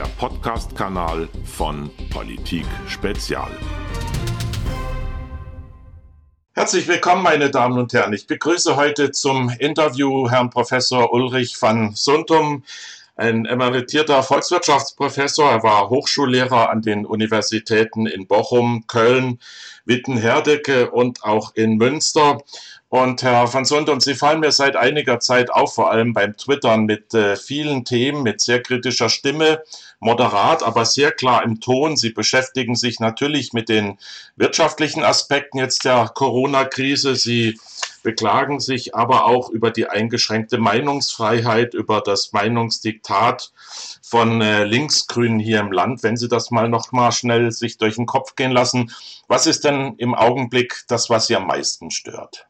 der Podcast-Kanal von Politik Spezial. Herzlich willkommen, meine Damen und Herren. Ich begrüße heute zum Interview Herrn Professor Ulrich van Suntum, ein emeritierter Volkswirtschaftsprofessor. Er war Hochschullehrer an den Universitäten in Bochum, Köln, Wittenherdecke und auch in Münster. Und Herr van Suntum, Sie fallen mir seit einiger Zeit auf, vor allem beim Twittern mit vielen Themen, mit sehr kritischer Stimme, moderat, aber sehr klar im Ton. Sie beschäftigen sich natürlich mit den wirtschaftlichen Aspekten jetzt der Corona-Krise. Sie beklagen sich aber auch über die eingeschränkte Meinungsfreiheit, über das Meinungsdiktat von Linksgrünen hier im Land. Wenn Sie das noch mal schnell sich durch den Kopf gehen lassen, was ist denn im Augenblick das, was Sie am meisten stört?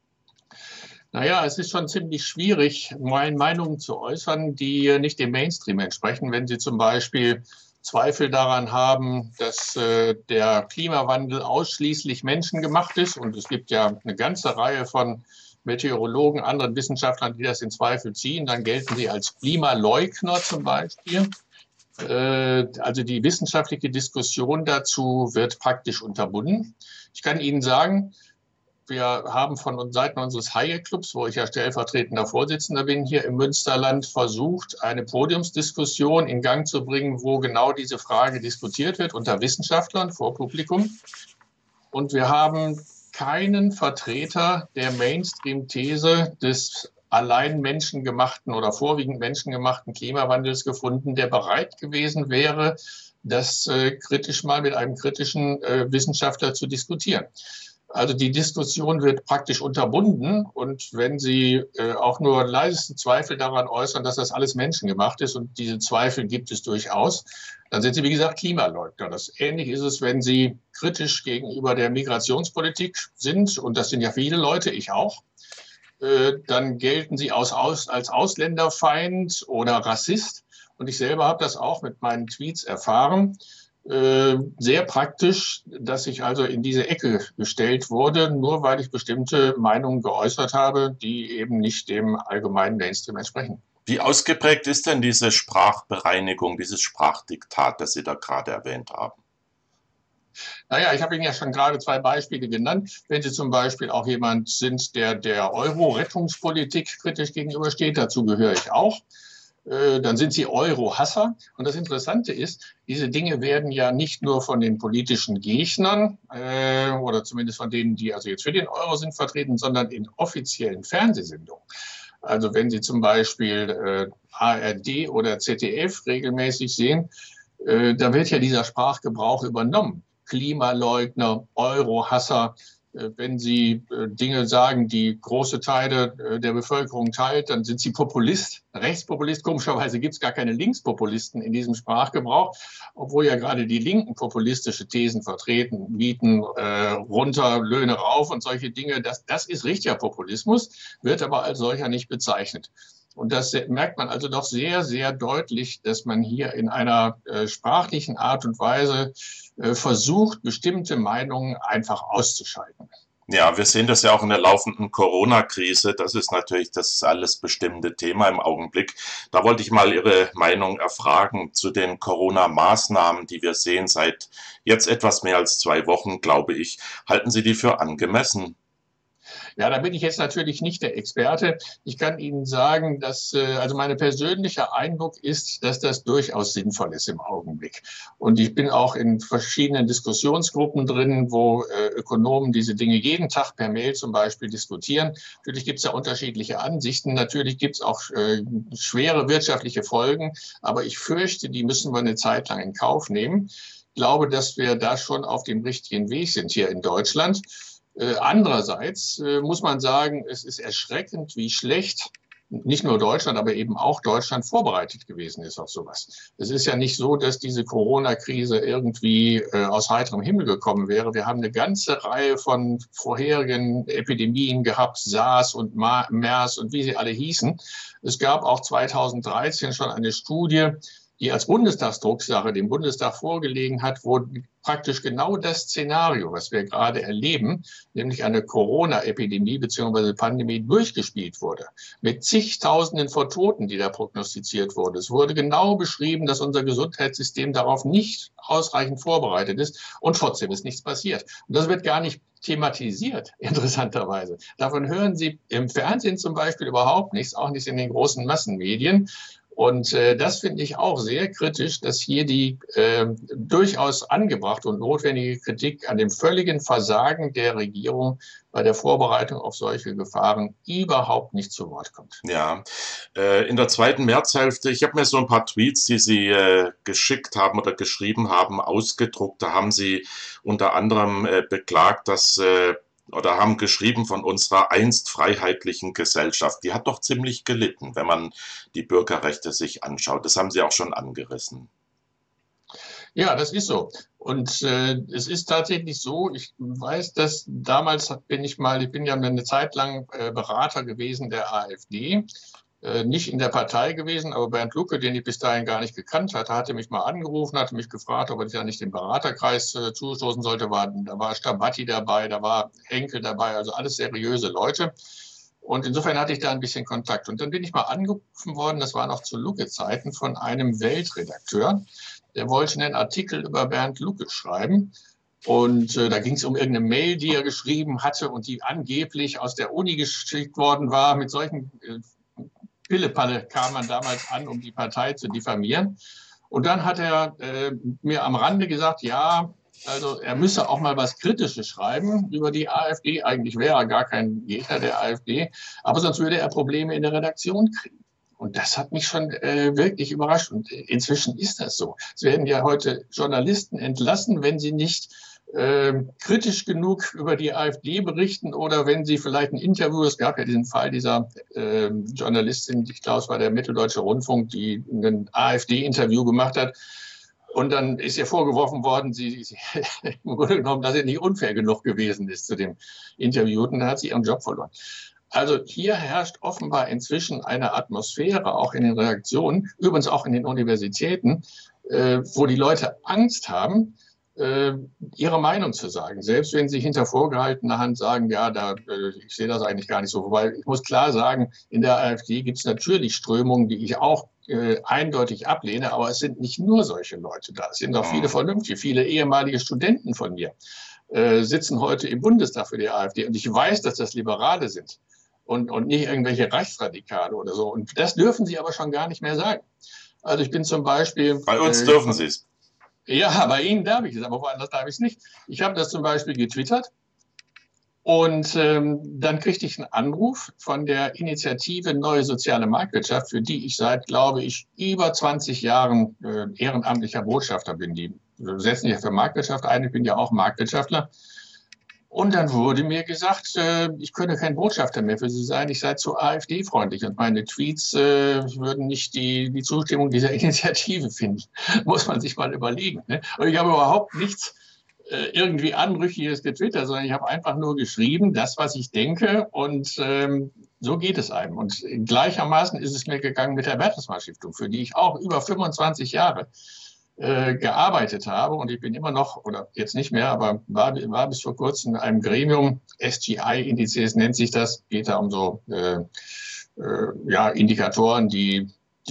Naja, es ist schon ziemlich schwierig, Meinungen zu äußern, die nicht dem Mainstream entsprechen. Wenn Sie zum Beispiel Zweifel daran haben, dass der Klimawandel ausschließlich menschengemacht ist, und es gibt ja eine ganze Reihe von Meteorologen, anderen Wissenschaftlern, die das in Zweifel ziehen, dann gelten sie als Klimaleugner zum Beispiel. Also die wissenschaftliche Diskussion dazu wird praktisch unterbunden. Ich kann Ihnen sagen, wir haben von Seiten unseres Hayek-Clubs, wo ich ja stellvertretender Vorsitzender bin, hier im Münsterland versucht, eine Podiumsdiskussion in Gang zu bringen, wo genau diese Frage diskutiert wird unter Wissenschaftlern vor Publikum. Und wir haben keinen Vertreter der Mainstream-These des allein menschengemachten oder vorwiegend menschengemachten Klimawandels gefunden, der bereit gewesen wäre, das kritisch mal mit einem kritischen Wissenschaftler zu diskutieren. Also die Diskussion wird praktisch unterbunden, und wenn Sie auch nur leiseste Zweifel daran äußern, dass das alles menschengemacht ist, und diese Zweifel gibt es durchaus, dann sind Sie, wie gesagt, Klimaleugner. Das ähnlich ist es, wenn Sie kritisch gegenüber der Migrationspolitik sind, und das sind ja viele Leute, ich auch, dann gelten Sie als Ausländerfeind oder Rassist. Und ich selber habe das auch mit meinen Tweets erfahren. Sehr praktisch, dass ich also in diese Ecke gestellt wurde, nur weil ich bestimmte Meinungen geäußert habe, die eben nicht dem allgemeinen Mainstream entsprechen. Wie ausgeprägt ist denn diese Sprachbereinigung, dieses Sprachdiktat, das Sie da gerade erwähnt haben? Naja, ich habe Ihnen ja schon gerade 2 Beispiele genannt. Wenn Sie zum Beispiel auch jemand sind, der Euro-Rettungspolitik kritisch gegenübersteht, dazu gehöre ich auch, dann sind Sie Euro-Hasser. Und das Interessante ist, diese Dinge werden ja nicht nur von den politischen Gegnern oder zumindest von denen, die also jetzt für den Euro sind, vertreten, sondern in offiziellen Fernsehsendungen. Also wenn Sie zum Beispiel ARD oder ZDF regelmäßig sehen, da wird ja dieser Sprachgebrauch übernommen. Klimaleugner, Euro-Hasser. Wenn Sie Dinge sagen, die große Teile der Bevölkerung teilt, dann sind Sie Populist, Rechtspopulist. Komischerweise gibt es gar keine Linkspopulisten in diesem Sprachgebrauch, obwohl ja gerade die Linken populistische Thesen vertreten, Mieten runter, Löhne rauf und solche Dinge. Das ist richtiger Populismus, wird aber als solcher nicht bezeichnet. Und das merkt man also doch sehr, sehr deutlich, dass man hier in einer sprachlichen Art und Weise versucht, bestimmte Meinungen einfach auszuschalten. Ja, wir sehen das ja auch in der laufenden Corona-Krise. Das ist natürlich das alles bestimmende Thema im Augenblick. Da wollte ich mal Ihre Meinung erfragen zu den Corona-Maßnahmen, die wir sehen seit jetzt etwas mehr als 2 Wochen, glaube ich. Halten Sie die für angemessen? Ja, da bin ich jetzt natürlich nicht der Experte. Ich kann Ihnen sagen, dass also mein persönlicher Eindruck ist, dass das durchaus sinnvoll ist im Augenblick. Und ich bin auch in verschiedenen Diskussionsgruppen drin, wo Ökonomen diese Dinge jeden Tag per Mail zum Beispiel diskutieren. Natürlich gibt es da unterschiedliche Ansichten. Natürlich gibt es auch schwere wirtschaftliche Folgen. Aber ich fürchte, die müssen wir eine Zeit lang in Kauf nehmen. Ich glaube, dass wir da schon auf dem richtigen Weg sind hier in Deutschland. Andererseits muss man sagen, es ist erschreckend, wie schlecht nicht nur Deutschland, aber eben auch Deutschland vorbereitet gewesen ist auf sowas. Es ist ja nicht so, dass diese Corona-Krise irgendwie aus heiterem Himmel gekommen wäre. Wir haben eine ganze Reihe von vorherigen Epidemien gehabt, SARS und MERS und wie sie alle hießen. Es gab auch 2013 schon eine Studie, die als Bundestagsdrucksache dem Bundestag vorgelegen hat, wo praktisch genau das Szenario, was wir gerade erleben, nämlich eine Corona-Epidemie bzw. Pandemie durchgespielt wurde, mit zigtausenden von Toten, die da prognostiziert wurden. Es wurde genau beschrieben, dass unser Gesundheitssystem darauf nicht ausreichend vorbereitet ist und trotzdem ist nichts passiert. Und das wird gar nicht thematisiert, interessanterweise. Davon hören Sie im Fernsehen zum Beispiel überhaupt nichts, auch nicht in den großen Massenmedien. Und das finde ich auch sehr kritisch, dass hier die durchaus angebrachte und notwendige Kritik an dem völligen Versagen der Regierung bei der Vorbereitung auf solche Gefahren überhaupt nicht zu Wort kommt. Ja, in der zweiten Märzhälfte, ich habe mir so ein paar Tweets, die Sie geschickt haben oder geschrieben haben, ausgedruckt. Da haben Sie unter anderem beklagt, dass oder haben geschrieben von unserer einst freiheitlichen Gesellschaft. Die hat doch ziemlich gelitten, wenn man die Bürgerrechte sich anschaut. Das haben Sie auch schon angerissen. Ja, das ist so. Und es ist tatsächlich so, ich weiß, dass damals ich bin ja eine Zeit lang Berater gewesen der AfD, nicht in der Partei gewesen, aber Bernd Lucke, den ich bis dahin gar nicht gekannt hatte, hatte mich mal angerufen, hatte mich gefragt, ob ich ja nicht den Beraterkreis zustoßen sollte. Da war Stabatti dabei, da war Henkel dabei, also alles seriöse Leute. Und insofern hatte ich da ein bisschen Kontakt. Und dann bin ich mal angerufen worden, das war noch zu Lucke-Zeiten, von einem Weltredakteur. Der wollte einen Artikel über Bernd Lucke schreiben. Und da ging es um irgendeine Mail, die er geschrieben hatte und die angeblich aus der Uni geschickt worden war. Mit solchen Pillepalle kam man damals an, um die Partei zu diffamieren. Und dann hat er mir am Rande gesagt, ja, also er müsse auch mal was Kritisches schreiben über die AfD. Eigentlich wäre er gar kein Gegner der AfD, aber sonst würde er Probleme in der Redaktion kriegen. Und das hat mich schon wirklich überrascht. Und inzwischen ist das so. Es werden ja heute Journalisten entlassen, wenn sie nicht kritisch genug über die AfD berichten oder wenn sie vielleicht ein Interview, es gab ja diesen Fall dieser Journalistin, ich glaube, es war der Mitteldeutsche Rundfunk, die ein AfD-Interview gemacht hat. Und dann ist ihr vorgeworfen worden, sie im Grunde genommen, dass sie nicht unfair genug gewesen ist zu dem Interviewten. Dann hat sie ihren Job verloren. Also hier herrscht offenbar inzwischen eine Atmosphäre, auch in den Redaktionen, übrigens auch in den Universitäten, wo die Leute Angst haben, ihre Meinung zu sagen. Selbst wenn sie hinter vorgehaltener Hand sagen, ja, ich sehe das eigentlich gar nicht so. Wobei ich muss klar sagen, in der AfD gibt es natürlich Strömungen, die ich auch eindeutig ablehne, aber es sind nicht nur solche Leute da. Es sind auch viele vernünftige, viele ehemalige Studenten von mir sitzen heute im Bundestag für die AfD. Und ich weiß, dass das Liberale sind und nicht irgendwelche Rechtsradikale oder so. Und das dürfen sie aber schon gar nicht mehr sagen. Also ich bin zum Beispiel... Bei uns dürfen Sie es. Ja, bei Ihnen darf ich es, aber woanders darf ich es nicht. Ich habe das zum Beispiel getwittert und dann kriegte ich einen Anruf von der Initiative Neue Soziale Marktwirtschaft, für die ich seit, glaube ich, über 20 Jahren ehrenamtlicher Botschafter bin. Die setzen sich ja für Marktwirtschaft ein, ich bin ja auch Marktwirtschaftler. Und dann wurde mir gesagt, ich könne kein Botschafter mehr für Sie sein, ich sei zu AfD-freundlich und meine Tweets würden nicht die Zustimmung dieser Initiative finden. Muss man sich mal überlegen. Ne? Und ich habe überhaupt nichts irgendwie Anrüchiges getwittert, sondern ich habe einfach nur geschrieben, das, was ich denke und so geht es einem. Und gleichermaßen ist es mir gegangen mit der Bertelsmann Stiftung, für die ich auch über 25 Jahre gearbeitet habe und ich bin immer noch, oder jetzt nicht mehr, aber war bis vor kurzem in einem Gremium, SGI-Indizes nennt sich das, geht da um so Indikatoren, die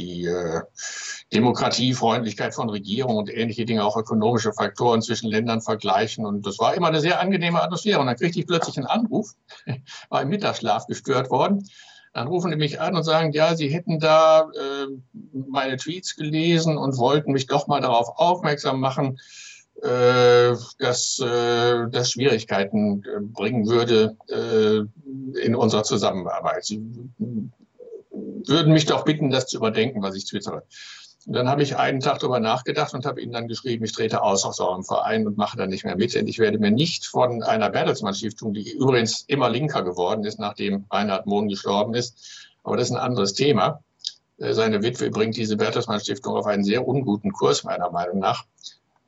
Demokratiefreundlichkeit von Regierung und ähnliche Dinge, auch ökonomische Faktoren zwischen Ländern vergleichen. Und das war immer eine sehr angenehme Atmosphäre. Und dann kriegte ich plötzlich einen Anruf, war im Mittagsschlaf gestört worden. Dann rufen die mich an und sagen, ja, sie hätten da meine Tweets gelesen und wollten mich doch mal darauf aufmerksam machen, dass das Schwierigkeiten bringen würde in unserer Zusammenarbeit. Sie würden mich doch bitten, das zu überdenken, was ich twittere. Und dann habe ich einen Tag darüber nachgedacht und habe ihnen dann geschrieben, ich trete aus eurem Verein und mache da nicht mehr mit. Denn ich werde mir nicht von einer Bertelsmann Stiftung, die übrigens immer linker geworden ist, nachdem Reinhard Mohn gestorben ist, aber das ist ein anderes Thema. Seine Witwe bringt diese Bertelsmann Stiftung auf einen sehr unguten Kurs, meiner Meinung nach.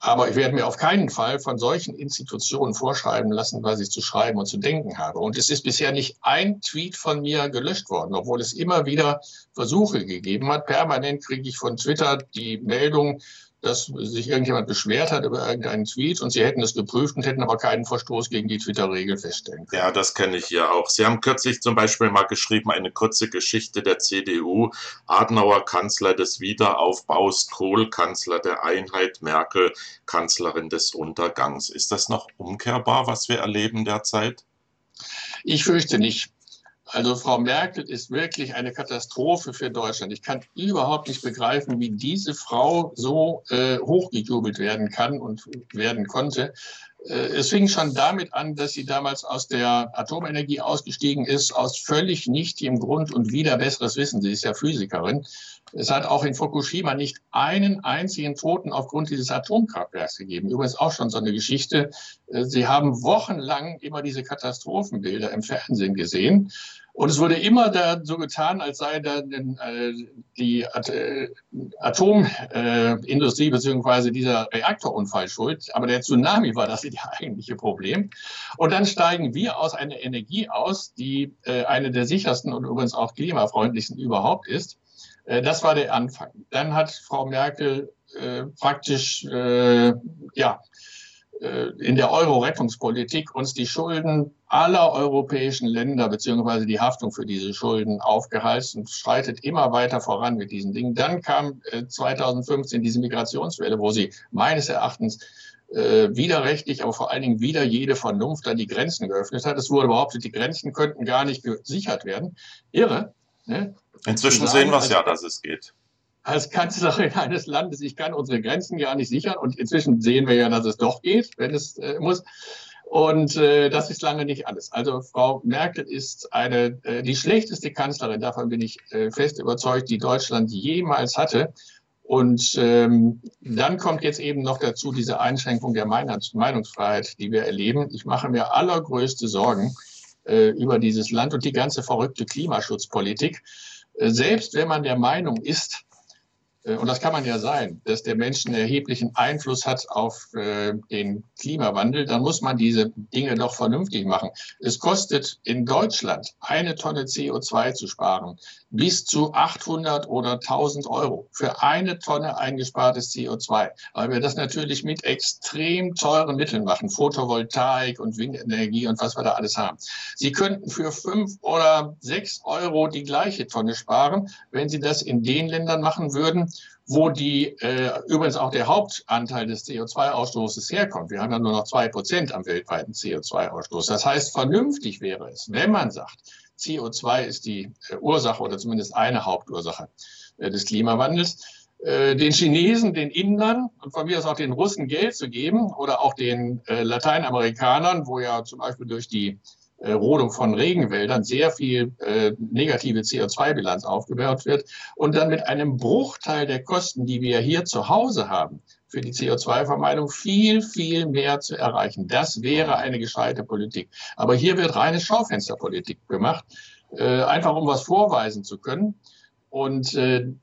Aber ich werde mir auf keinen Fall von solchen Institutionen vorschreiben lassen, was ich zu schreiben und zu denken habe. Und es ist bisher nicht ein Tweet von mir gelöscht worden, obwohl es immer wieder Versuche gegeben hat. Permanent kriege ich von Twitter die Meldung, dass sich irgendjemand beschwert hat über irgendeinen Tweet und sie hätten es geprüft und hätten aber keinen Verstoß gegen die Twitter-Regel feststellen können. Ja, das kenne ich hier auch. Sie haben kürzlich zum Beispiel mal geschrieben, eine kurze Geschichte der CDU, Adenauer Kanzler des Wiederaufbaus, Kohl Kanzler der Einheit, Merkel Kanzlerin des Untergangs. Ist das noch umkehrbar, was wir erleben derzeit? Ich fürchte nicht. Also Frau Merkel ist wirklich eine Katastrophe für Deutschland. Ich kann überhaupt nicht begreifen, wie diese Frau so hochgejubelt werden kann und werden konnte. Es fing schon damit an, dass sie damals aus der Atomenergie ausgestiegen ist, aus völlig nichtigem Grund und wieder besseres Wissen. Sie ist ja Physikerin. Es hat auch in Fukushima nicht einen einzigen Toten aufgrund dieses Atomkraftwerks gegeben. Übrigens auch schon so eine Geschichte. Sie haben wochenlang immer diese Katastrophenbilder im Fernsehen gesehen. Und es wurde immer da so getan, als sei da die Atomindustrie bzw. dieser Reaktorunfall schuld. Aber der Tsunami war das eigentliche Problem. Und dann steigen wir aus einer Energie aus, die eine der sichersten und übrigens auch klimafreundlichsten überhaupt ist. Das war der Anfang. Dann hat Frau Merkel praktisch in der Euro-Rettungspolitik uns die Schulden aller europäischen Länder beziehungsweise die Haftung für diese Schulden aufgehalst und schreitet immer weiter voran mit diesen Dingen. Dann kam 2015 diese Migrationswelle, wo sie meines Erachtens widerrechtlich, aber vor allen Dingen wider jede Vernunft dann die Grenzen geöffnet hat. Es wurde behauptet, die Grenzen könnten gar nicht gesichert werden. Irre. Ne? Inzwischen sehen wir es ja, dass es geht. Als Kanzlerin eines Landes, ich kann unsere Grenzen gar nicht sichern. Und inzwischen sehen wir ja, dass es doch geht, wenn es muss. Und das ist lange nicht alles. Also Frau Merkel ist die schlechteste Kanzlerin, davon bin ich fest überzeugt, die Deutschland jemals hatte. Und dann kommt jetzt eben noch dazu diese Einschränkung der Meinungsfreiheit, die wir erleben. Ich mache mir allergrößte Sorgen über dieses Land und die ganze verrückte Klimaschutzpolitik. Selbst wenn man der Meinung ist, und das kann man ja sein, dass der Mensch einen erheblichen Einfluss hat auf den Klimawandel, dann muss man diese Dinge doch vernünftig machen. Es kostet in Deutschland eine Tonne CO2 zu sparen bis zu 800 oder 1000 Euro für eine Tonne eingespartes CO2. Weil wir das natürlich mit extrem teuren Mitteln machen, Photovoltaik und Windenergie und was wir da alles haben. Sie könnten für 5 oder 6 Euro die gleiche Tonne sparen, wenn Sie das in den Ländern machen würden, wo übrigens auch der Hauptanteil des CO2-Ausstoßes herkommt. Wir haben ja nur noch 2% am weltweiten CO2-Ausstoß. Das heißt, vernünftig wäre es, wenn man sagt, CO2 ist die Ursache oder zumindest eine Hauptursache des Klimawandels, den Chinesen, den Indern und von mir aus auch den Russen Geld zu geben oder auch den Lateinamerikanern, wo ja zum Beispiel durch die Rodung von Regenwäldern sehr viel negative CO2-Bilanz aufgebaut wird und dann mit einem Bruchteil der Kosten, die wir hier zu Hause haben, für die CO2-Vermeidung viel, viel mehr zu erreichen. Das wäre eine gescheite Politik. Aber hier wird reine Schaufensterpolitik gemacht, einfach um was vorweisen zu können. Und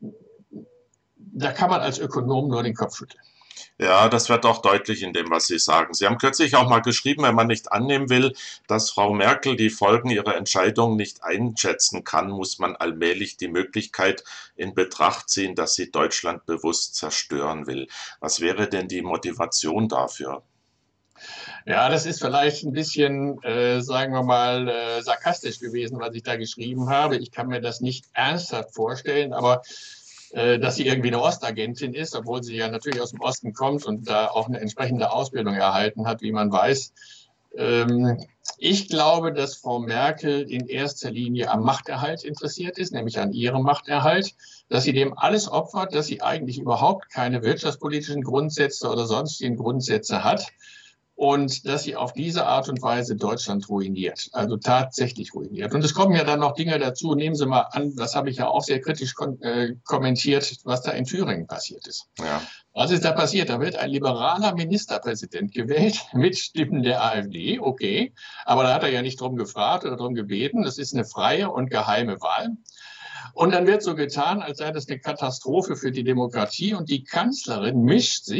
da kann man als Ökonom nur den Kopf schütteln. Ja, das wird auch deutlich in dem, was Sie sagen. Sie haben kürzlich auch mal geschrieben, wenn man nicht annehmen will, dass Frau Merkel die Folgen ihrer Entscheidung nicht einschätzen kann, muss man allmählich die Möglichkeit in Betracht ziehen, dass sie Deutschland bewusst zerstören will. Was wäre denn die Motivation dafür? Ja, das ist vielleicht ein bisschen, sagen wir mal, sarkastisch gewesen, was ich da geschrieben habe. Ich kann mir das nicht ernsthaft vorstellen, aber dass sie irgendwie eine Ostagentin ist, obwohl sie ja natürlich aus dem Osten kommt und da auch eine entsprechende Ausbildung erhalten hat, wie man weiß. Ich glaube, dass Frau Merkel in erster Linie am Machterhalt interessiert ist, nämlich an ihrem Machterhalt, dass sie dem alles opfert, dass sie eigentlich überhaupt keine wirtschaftspolitischen Grundsätze oder sonstigen Grundsätze hat. Und dass sie auf diese Art und Weise Deutschland ruiniert, also tatsächlich ruiniert. Und es kommen ja dann noch Dinge dazu. Nehmen Sie mal an, das habe ich ja auch sehr kritisch kommentiert, was da in Thüringen passiert ist. Ja. Was ist da passiert? Da wird ein liberaler Ministerpräsident gewählt mit Stimmen der AfD, okay. Aber da hat er ja nicht drum gefragt oder drum gebeten. Das ist eine freie und geheime Wahl. Und dann wird so getan, als sei das eine Katastrophe für die Demokratie. Und die Kanzlerin mischt sich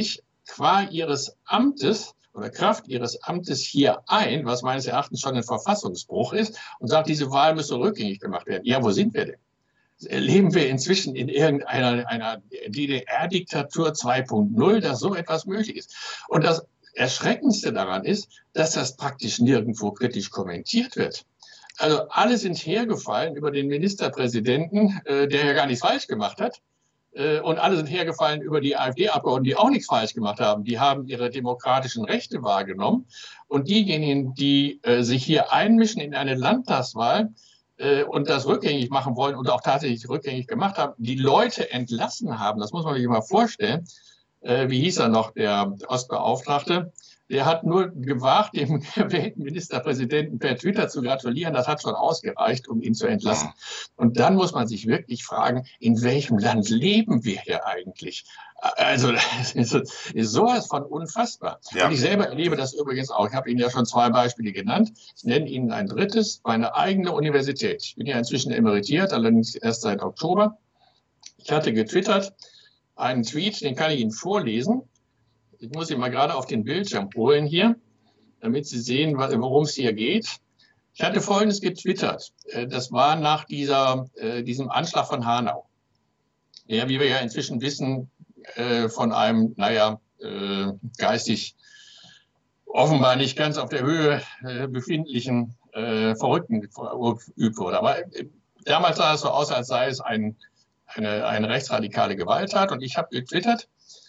qua ihres Amtes oder Kraft ihres Amtes hier ein, was meines Erachtens schon ein Verfassungsbruch ist, und sagt, diese Wahl müsse rückgängig gemacht werden. Ja, wo sind wir denn? Leben wir inzwischen in einer DDR-Diktatur 2.0, dass so etwas möglich ist? Und das Erschreckendste daran ist, dass das praktisch nirgendwo kritisch kommentiert wird. Also alle sind hergefallen über den Ministerpräsidenten, der ja gar nichts falsch gemacht hat. Und alle sind hergefallen über die AfD-Abgeordneten, die auch nichts falsch gemacht haben. Die haben ihre demokratischen Rechte wahrgenommen. Und diejenigen, die sich hier einmischen in eine Landtagswahl und das rückgängig machen wollen und auch tatsächlich rückgängig gemacht haben, die Leute entlassen haben, das muss man sich mal vorstellen. Wie hieß er noch, der Ostbeauftragte? Der hat nur gewagt, dem gewählten Ministerpräsidenten per Twitter zu gratulieren. Das hat schon ausgereicht, um ihn zu entlassen. Und dann muss man sich wirklich fragen, in welchem Land leben wir hier eigentlich? Also das ist sowas von unfassbar. Ja. Und ich selber erlebe das übrigens auch. Ich habe Ihnen ja schon 2 Beispiele genannt. Ich nenne Ihnen ein drittes, meine eigene Universität. Ich bin ja inzwischen emeritiert, allerdings erst seit Oktober. Ich hatte getwittert einen Tweet, den kann ich Ihnen vorlesen. Ich muss ihn mal gerade auf den Bildschirm holen hier, damit Sie sehen, worum es hier geht. Ich hatte Folgendes getwittert. Das war nach diesem Anschlag von Hanau. Der, wie wir ja inzwischen wissen, von einem, geistig offenbar nicht ganz auf der Höhe befindlichen Verrückten verübt wurde. Aber damals sah es so aus, als sei es eine rechtsradikale Gewalttat. Und ich habe getwittert,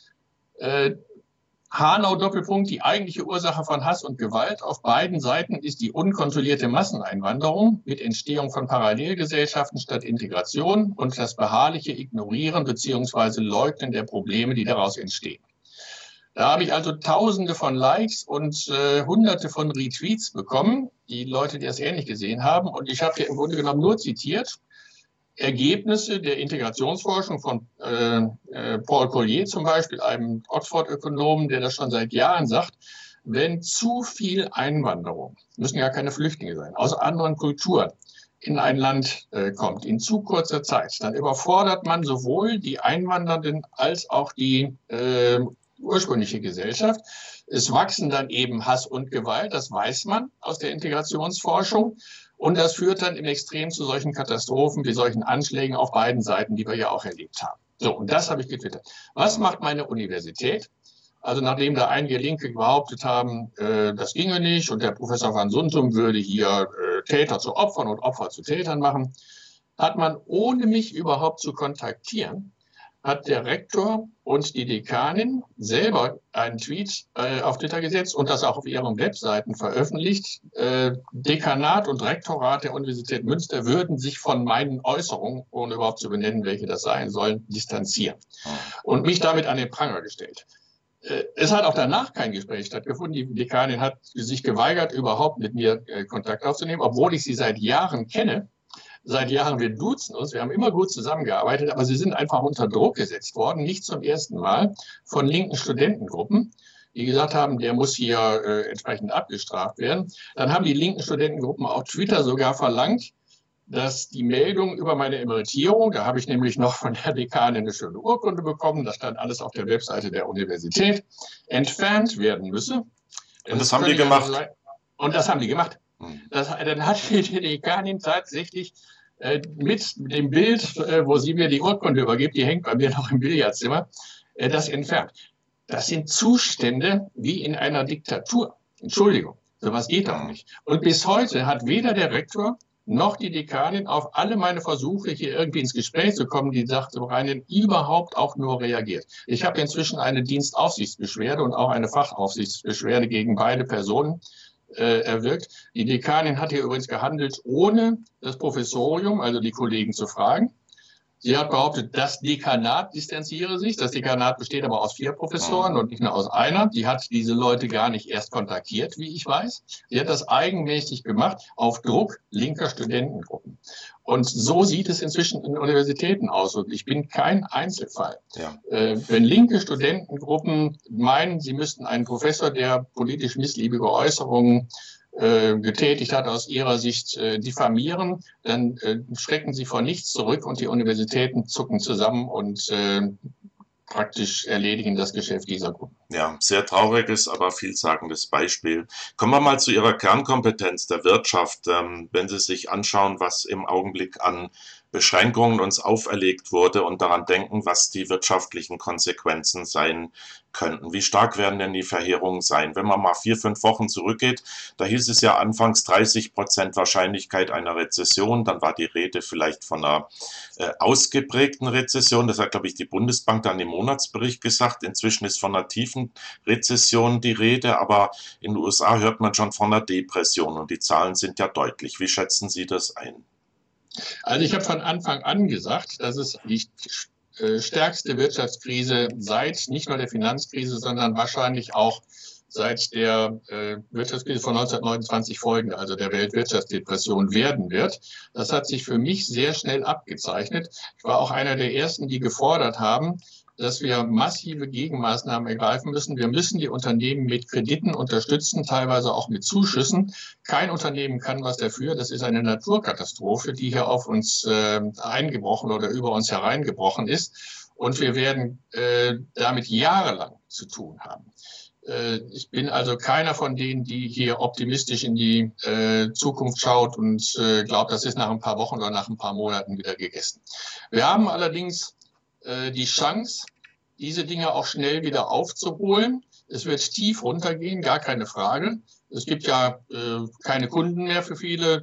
Hanau Doppelpunkt, die eigentliche Ursache von Hass und Gewalt auf beiden Seiten ist die unkontrollierte Masseneinwanderung mit Entstehung von Parallelgesellschaften statt Integration und das beharrliche Ignorieren bzw. Leugnen der Probleme, die daraus entstehen. Da habe ich also Tausende von Likes und Hunderte von Retweets bekommen, die Leute, die das ähnlich gesehen haben. Und ich habe hier im Grunde genommen nur zitiert Ergebnisse der Integrationsforschung von Paul Collier zum Beispiel, einem Oxford-Ökonomen, der das schon seit Jahren sagt, wenn zu viel Einwanderung, müssen ja keine Flüchtlinge sein, aus anderen Kulturen in ein Land kommt, in zu kurzer Zeit, dann überfordert man sowohl die Einwandernden als auch die ursprüngliche Gesellschaft. Es wachsen dann eben Hass und Gewalt, das weiß man aus der Integrationsforschung. Und das führt dann im Extrem zu solchen Katastrophen wie solchen Anschlägen auf beiden Seiten, die wir ja auch erlebt haben. So, und das habe ich getwittert. Was macht meine Universität? Also nachdem da einige Linke behauptet haben, das ginge nicht und der Professor van Suntum würde hier Täter zu Opfern und Opfer zu Tätern machen, hat man, ohne mich überhaupt zu kontaktieren, hat der Rektor und die Dekanin selber einen Tweet auf Twitter gesetzt und das auch auf ihren Webseiten veröffentlicht. Dekanat und Rektorat der Universität Münster würden sich von meinen Äußerungen, ohne überhaupt zu benennen, welche das sein sollen, distanzieren und mich damit an den Pranger gestellt. Es hat auch danach kein Gespräch stattgefunden. Die Dekanin hat sich geweigert, überhaupt mit mir Kontakt aufzunehmen, obwohl ich sie seit Jahren kenne. Seit Jahren, wir duzen uns, wir haben immer gut zusammengearbeitet, aber sie sind einfach unter Druck gesetzt worden, nicht zum ersten Mal, von linken Studentengruppen, die gesagt haben, der muss hier entsprechend abgestraft werden. Dann haben die linken Studentengruppen auf Twitter sogar verlangt, dass die Meldung über meine Emeritierung, da habe ich nämlich noch von der Dekanin eine schöne Urkunde bekommen, das stand alles auf der Webseite der Universität, entfernt werden müsse. Und das haben die gemacht? Und das haben die gemacht. Dann hat die Dekanin tatsächlich mit dem Bild, wo sie mir die Urkunde übergibt, die hängt bei mir noch im Billardzimmer, das entfernt. Das sind Zustände wie in einer Diktatur. Entschuldigung, sowas geht doch nicht. Und bis heute hat weder der Rektor noch die Dekanin auf alle meine Versuche, hier irgendwie ins Gespräch zu kommen, die sagte, Reinen, überhaupt auch nur reagiert. Ich habe inzwischen eine Dienstaufsichtsbeschwerde und auch eine Fachaufsichtsbeschwerde gegen beide Personen erwirkt. Die Dekanin hat hier übrigens gehandelt, ohne das Professorium, also die Kollegen, zu fragen. Sie hat behauptet, das Dekanat distanziere sich. Das Dekanat besteht aber aus 4 Professoren und nicht nur aus einer. Die hat diese Leute gar nicht erst kontaktiert, wie ich weiß. Sie hat das eigenmächtig gemacht, auf Druck linker Studentengruppen. Und so sieht es inzwischen in Universitäten aus. Und ich bin kein Einzelfall. Ja. Wenn linke Studentengruppen meinen, sie müssten einen Professor, der politisch missliebige Äußerungen getätigt hat, aus ihrer Sicht diffamieren, dann schrecken sie vor nichts zurück und die Universitäten zucken zusammen und praktisch erledigen das Geschäft dieser Gruppen. Ja, sehr trauriges, aber vielsagendes Beispiel. Kommen wir mal zu Ihrer Kernkompetenz der Wirtschaft. Wenn Sie sich anschauen, was im Augenblick an Beschränkungen uns auferlegt wurde und daran denken, was die wirtschaftlichen Konsequenzen sein könnten. Wie stark werden denn die Verheerungen sein? Wenn man mal 4, 5 Wochen zurückgeht, da hieß es ja anfangs 30% Wahrscheinlichkeit einer Rezession. Dann war die Rede vielleicht von einer ausgeprägten Rezession. Das hat, glaube ich, die Bundesbank dann im Monatsbericht gesagt. Inzwischen ist von einer tiefen Rezession die Rede, aber in den USA hört man schon von einer Depression und die Zahlen sind ja deutlich. Wie schätzen Sie das ein? Also ich habe von Anfang an gesagt, dass es die stärkste Wirtschaftskrise seit nicht nur der Finanzkrise, sondern wahrscheinlich auch seit der Wirtschaftskrise von 1929 folgende, also der Weltwirtschaftsdepression, werden wird. Das hat sich für mich sehr schnell abgezeichnet. Ich war auch einer der Ersten, die gefordert haben, dass wir massive Gegenmaßnahmen ergreifen müssen. Wir müssen die Unternehmen mit Krediten unterstützen, teilweise auch mit Zuschüssen. Kein Unternehmen kann was dafür. Das ist eine Naturkatastrophe, die hier auf uns eingebrochen oder über uns hereingebrochen ist. Und wir werden damit jahrelang zu tun haben. Ich bin also keiner von denen, die hier optimistisch in die Zukunft schaut und glaubt, das ist nach ein paar Wochen oder nach ein paar Monaten wieder gegessen. Wir haben allerdings die Chance, diese Dinge auch schnell wieder aufzuholen. Es wird tief runtergehen, gar keine Frage. Es gibt ja keine Kunden mehr für viele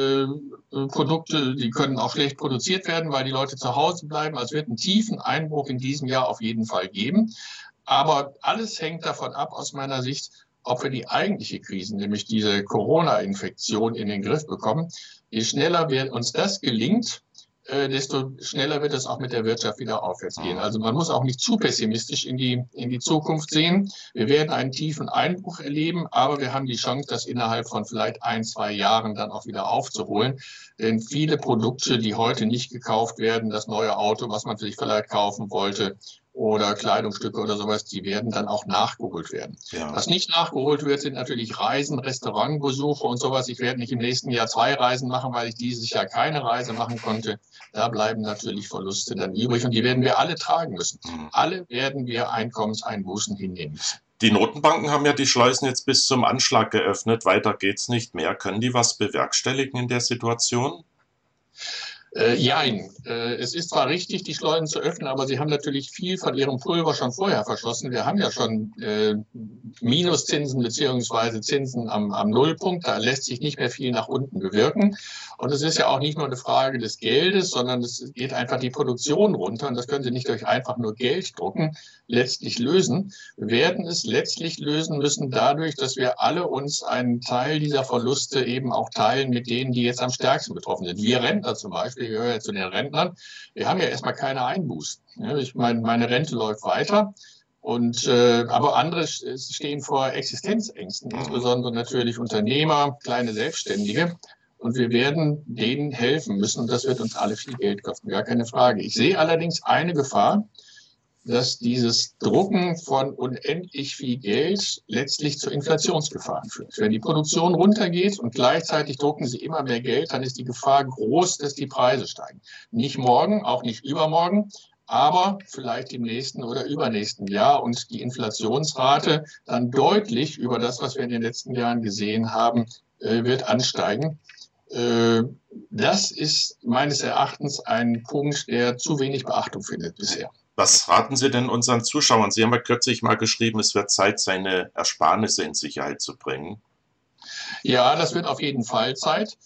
Produkte. Die können auch schlecht produziert werden, weil die Leute zu Hause bleiben. Also es wird einen tiefen Einbruch in diesem Jahr auf jeden Fall geben. Aber alles hängt davon ab, aus meiner Sicht, ob wir die eigentliche Krise, nämlich diese Corona-Infektion, in den Griff bekommen. Je schneller uns das gelingt, desto schneller wird es auch mit der Wirtschaft wieder aufwärts gehen. Also man muss auch nicht zu pessimistisch in die Zukunft sehen. Wir werden einen tiefen Einbruch erleben, aber wir haben die Chance, das innerhalb von vielleicht 1, 2 Jahren dann auch wieder aufzuholen. Denn viele Produkte, die heute nicht gekauft werden, das neue Auto, was man sich vielleicht kaufen wollte, oder Kleidungsstücke oder sowas, die werden dann auch nachgeholt werden. Ja. Was nicht nachgeholt wird, sind natürlich Reisen, Restaurantbesuche und sowas. Ich werde nicht im nächsten Jahr 2 Reisen machen, weil ich dieses Jahr keine Reise machen konnte. Da bleiben natürlich Verluste dann übrig und die werden wir alle tragen müssen. Alle werden wir Einkommenseinbußen hinnehmen müssen. Die Notenbanken haben ja die Schleusen jetzt bis zum Anschlag geöffnet. Weiter geht's nicht mehr. Können die was bewerkstelligen in der Situation? Jein. Es ist zwar richtig, die Schleusen zu öffnen, aber sie haben natürlich viel von ihrem Pulver schon vorher verschossen. Wir haben ja schon Minuszinsen beziehungsweise Zinsen am Nullpunkt. Da lässt sich nicht mehr viel nach unten bewirken. Und es ist ja auch nicht nur eine Frage des Geldes, sondern es geht einfach die Produktion runter. Und das können Sie nicht durch einfach nur Geld drucken letztlich lösen. Wir werden es letztlich lösen müssen dadurch, dass wir alle uns einen Teil dieser Verluste eben auch teilen mit denen, die jetzt am stärksten betroffen sind. Wir Rentner zum Beispiel, ich gehöre ja zu den Rentnern, wir haben ja erstmal keine Einbußen. Ja, ich meine, meine Rente läuft weiter. Aber andere stehen vor Existenzängsten, insbesondere natürlich Unternehmer, kleine Selbstständige. Und wir werden denen helfen müssen. Und das wird uns alle viel Geld kosten, gar keine Frage. Ich sehe allerdings eine Gefahr, dass dieses Drucken von unendlich viel Geld letztlich zu Inflationsgefahren führt. Wenn die Produktion runtergeht und gleichzeitig drucken sie immer mehr Geld, dann ist die Gefahr groß, dass die Preise steigen. Nicht morgen, auch nicht übermorgen, aber vielleicht im nächsten oder übernächsten Jahr und die Inflationsrate dann deutlich über das, was wir in den letzten Jahren gesehen haben, wird ansteigen. Das ist meines Erachtens ein Punkt, der zu wenig Beachtung findet bisher. Was raten Sie denn unseren Zuschauern? Sie haben ja kürzlich mal geschrieben, es wird Zeit, seine Ersparnisse in Sicherheit zu bringen. Ja, das wird auf jeden Fall Zeit.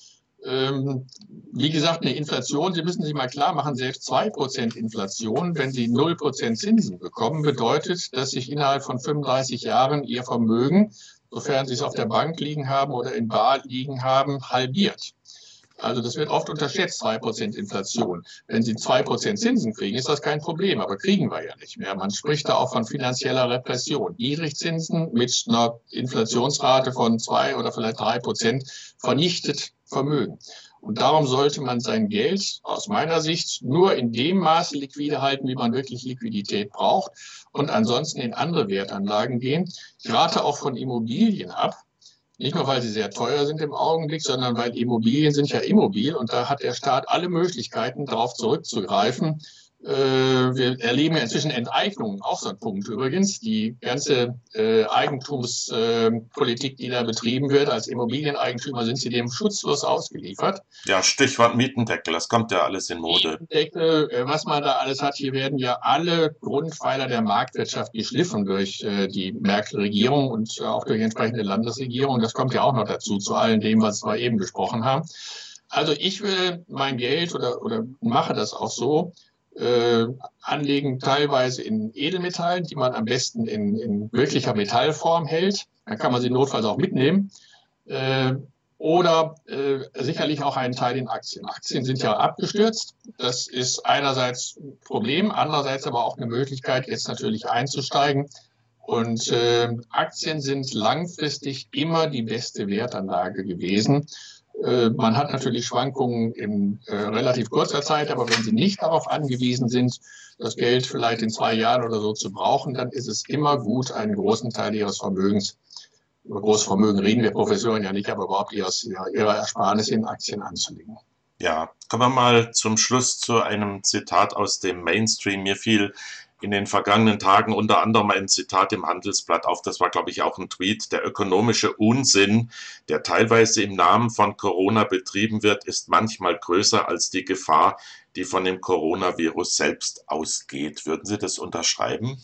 Wie gesagt, eine Inflation, Sie müssen sich mal klar machen, selbst 2% Inflation, wenn Sie 0% Zinsen bekommen, bedeutet, dass sich innerhalb von 35 Jahren Ihr Vermögen, sofern Sie es auf der Bank liegen haben oder in Bar liegen haben, halbiert. Also das wird oft unterschätzt, 2% Inflation. Wenn Sie 2% Zinsen kriegen, ist das kein Problem, aber kriegen wir ja nicht mehr. Man spricht da auch von finanzieller Repression. Niedrigzinsen mit einer Inflationsrate von 2 oder vielleicht 3% vernichtet Vermögen. Und darum sollte man sein Geld aus meiner Sicht nur in dem Maße liquide halten, wie man wirklich Liquidität braucht und ansonsten in andere Wertanlagen gehen. Ich rate auch von Immobilien ab. Nicht nur, weil sie sehr teuer sind im Augenblick, sondern weil Immobilien sind ja immobil und da hat der Staat alle Möglichkeiten, darauf zurückzugreifen, Wir erleben ja inzwischen Enteignungen, auch so ein Punkt übrigens. Die ganze Eigentumspolitik, die da betrieben wird, als Immobilieneigentümer sind sie dem schutzlos ausgeliefert. Ja, Stichwort Mietendeckel, das kommt ja alles in Mode. Mietendeckel, was man da alles hat, hier werden ja alle Grundpfeiler der Marktwirtschaft geschliffen durch die Merkel-Regierung und auch durch entsprechende Landesregierung. Das kommt ja auch noch dazu, zu all dem, was wir eben besprochen haben. Also ich will mein Geld oder mache das auch so, anlegen teilweise in Edelmetallen, die man am besten in wirklicher Metallform hält. Dann kann man sie notfalls auch mitnehmen. Oder sicherlich auch einen Teil in Aktien. Aktien sind ja abgestürzt. Das ist einerseits ein Problem, andererseits aber auch eine Möglichkeit, jetzt natürlich einzusteigen. Und Aktien sind langfristig immer die beste Wertanlage gewesen. Man hat natürlich Schwankungen in relativ kurzer Zeit, aber wenn Sie nicht darauf angewiesen sind, das Geld vielleicht in 2 Jahren oder so zu brauchen, dann ist es immer gut, einen großen Teil Ihres Vermögens, über großes Vermögen reden wir Professoren ja nicht, aber überhaupt Ihrer Ersparnisse in Aktien anzulegen. Ja, kommen wir mal zum Schluss zu einem Zitat aus dem Mainstream. Mir fiel in den vergangenen Tagen unter anderem ein Zitat im Handelsblatt auf, das war, glaube ich, auch ein Tweet: Der ökonomische Unsinn, der teilweise im Namen von Corona betrieben wird, ist manchmal größer als die Gefahr, die von dem Coronavirus selbst ausgeht. Würden Sie das unterschreiben?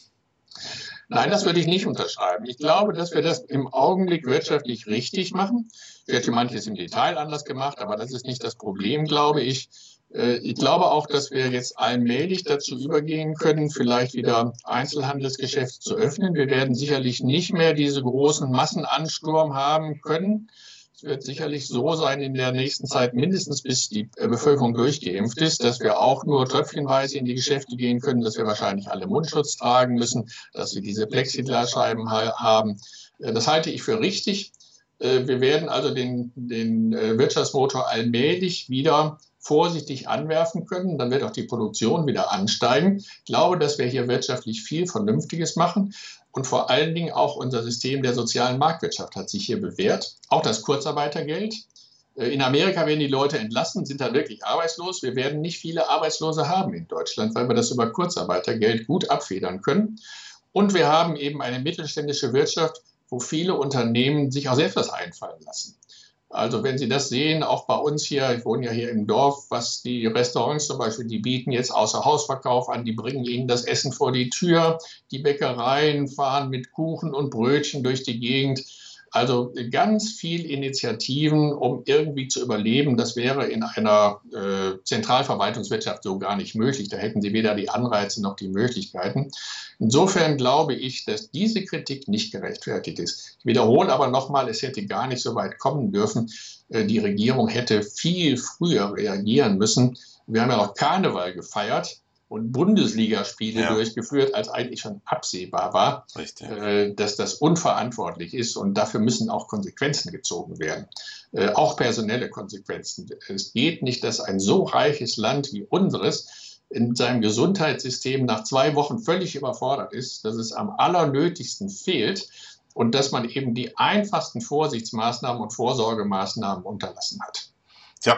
Nein, das würde ich nicht unterschreiben. Ich glaube, dass wir das im Augenblick wirtschaftlich richtig machen. Vielleicht manches im Detail anders gemacht, aber das ist nicht das Problem, glaube ich. Ich glaube auch, dass wir jetzt allmählich dazu übergehen können, vielleicht wieder Einzelhandelsgeschäfte zu öffnen. Wir werden sicherlich nicht mehr diese großen Massenansturm haben können. Es wird sicherlich so sein in der nächsten Zeit, mindestens bis die Bevölkerung durchgeimpft ist, dass wir auch nur tröpfchenweise in die Geschäfte gehen können, dass wir wahrscheinlich alle Mundschutz tragen müssen, dass wir diese Plexiglasscheiben haben. Das halte ich für richtig. Wir werden also den Wirtschaftsmotor allmählich wieder vorsichtig anwerfen können, dann wird auch die Produktion wieder ansteigen. Ich glaube, dass wir hier wirtschaftlich viel Vernünftiges machen und vor allen Dingen auch unser System der sozialen Marktwirtschaft hat sich hier bewährt. Auch das Kurzarbeitergeld. In Amerika werden die Leute entlassen, sind dann wirklich arbeitslos. Wir werden nicht viele Arbeitslose haben in Deutschland, weil wir das über Kurzarbeitergeld gut abfedern können. Und wir haben eben eine mittelständische Wirtschaft, wo viele Unternehmen sich auch selbst was einfallen lassen. Also wenn Sie das sehen, auch bei uns hier, ich wohne ja hier im Dorf, was die Restaurants zum Beispiel, die bieten jetzt Außerhausverkauf an, die bringen Ihnen das Essen vor die Tür, die Bäckereien fahren mit Kuchen und Brötchen durch die Gegend. Also ganz viel Initiativen, um irgendwie zu überleben. Das wäre in einer Zentralverwaltungswirtschaft so gar nicht möglich. Da hätten Sie weder die Anreize noch die Möglichkeiten. Insofern glaube ich, dass diese Kritik nicht gerechtfertigt ist. Ich wiederhole aber nochmal, es hätte gar nicht so weit kommen dürfen. Die Regierung hätte viel früher reagieren müssen. Wir haben ja noch Karneval gefeiert und Bundesligaspiele durchgeführt, als eigentlich schon absehbar war, dass das unverantwortlich ist und dafür müssen auch Konsequenzen gezogen werden, auch personelle Konsequenzen. Es geht nicht, dass ein so reiches Land wie unseres in seinem Gesundheitssystem nach 2 Wochen völlig überfordert ist, dass es am allernötigsten fehlt und dass man eben die einfachsten Vorsichtsmaßnahmen und Vorsorgemaßnahmen unterlassen hat. Tja,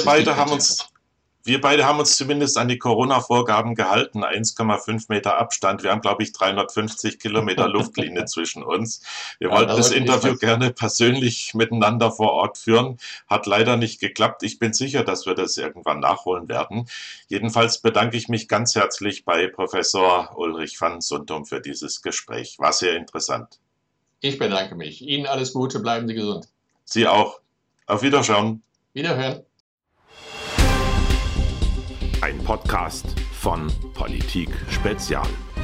wir beide haben uns zumindest an die Corona-Vorgaben gehalten. 1,5 Meter Abstand. Wir haben, glaube ich, 350 Kilometer Luftlinie zwischen uns. Wir wollten das Interview gerne persönlich miteinander vor Ort führen. Hat leider nicht geklappt. Ich bin sicher, dass wir das irgendwann nachholen werden. Jedenfalls bedanke ich mich ganz herzlich bei Professor Ulrich van Suntum für dieses Gespräch. War sehr interessant. Ich bedanke mich. Ihnen alles Gute. Bleiben Sie gesund. Sie auch. Auf Wiederschauen. Wiederhören. Ein Podcast von Politik Spezial.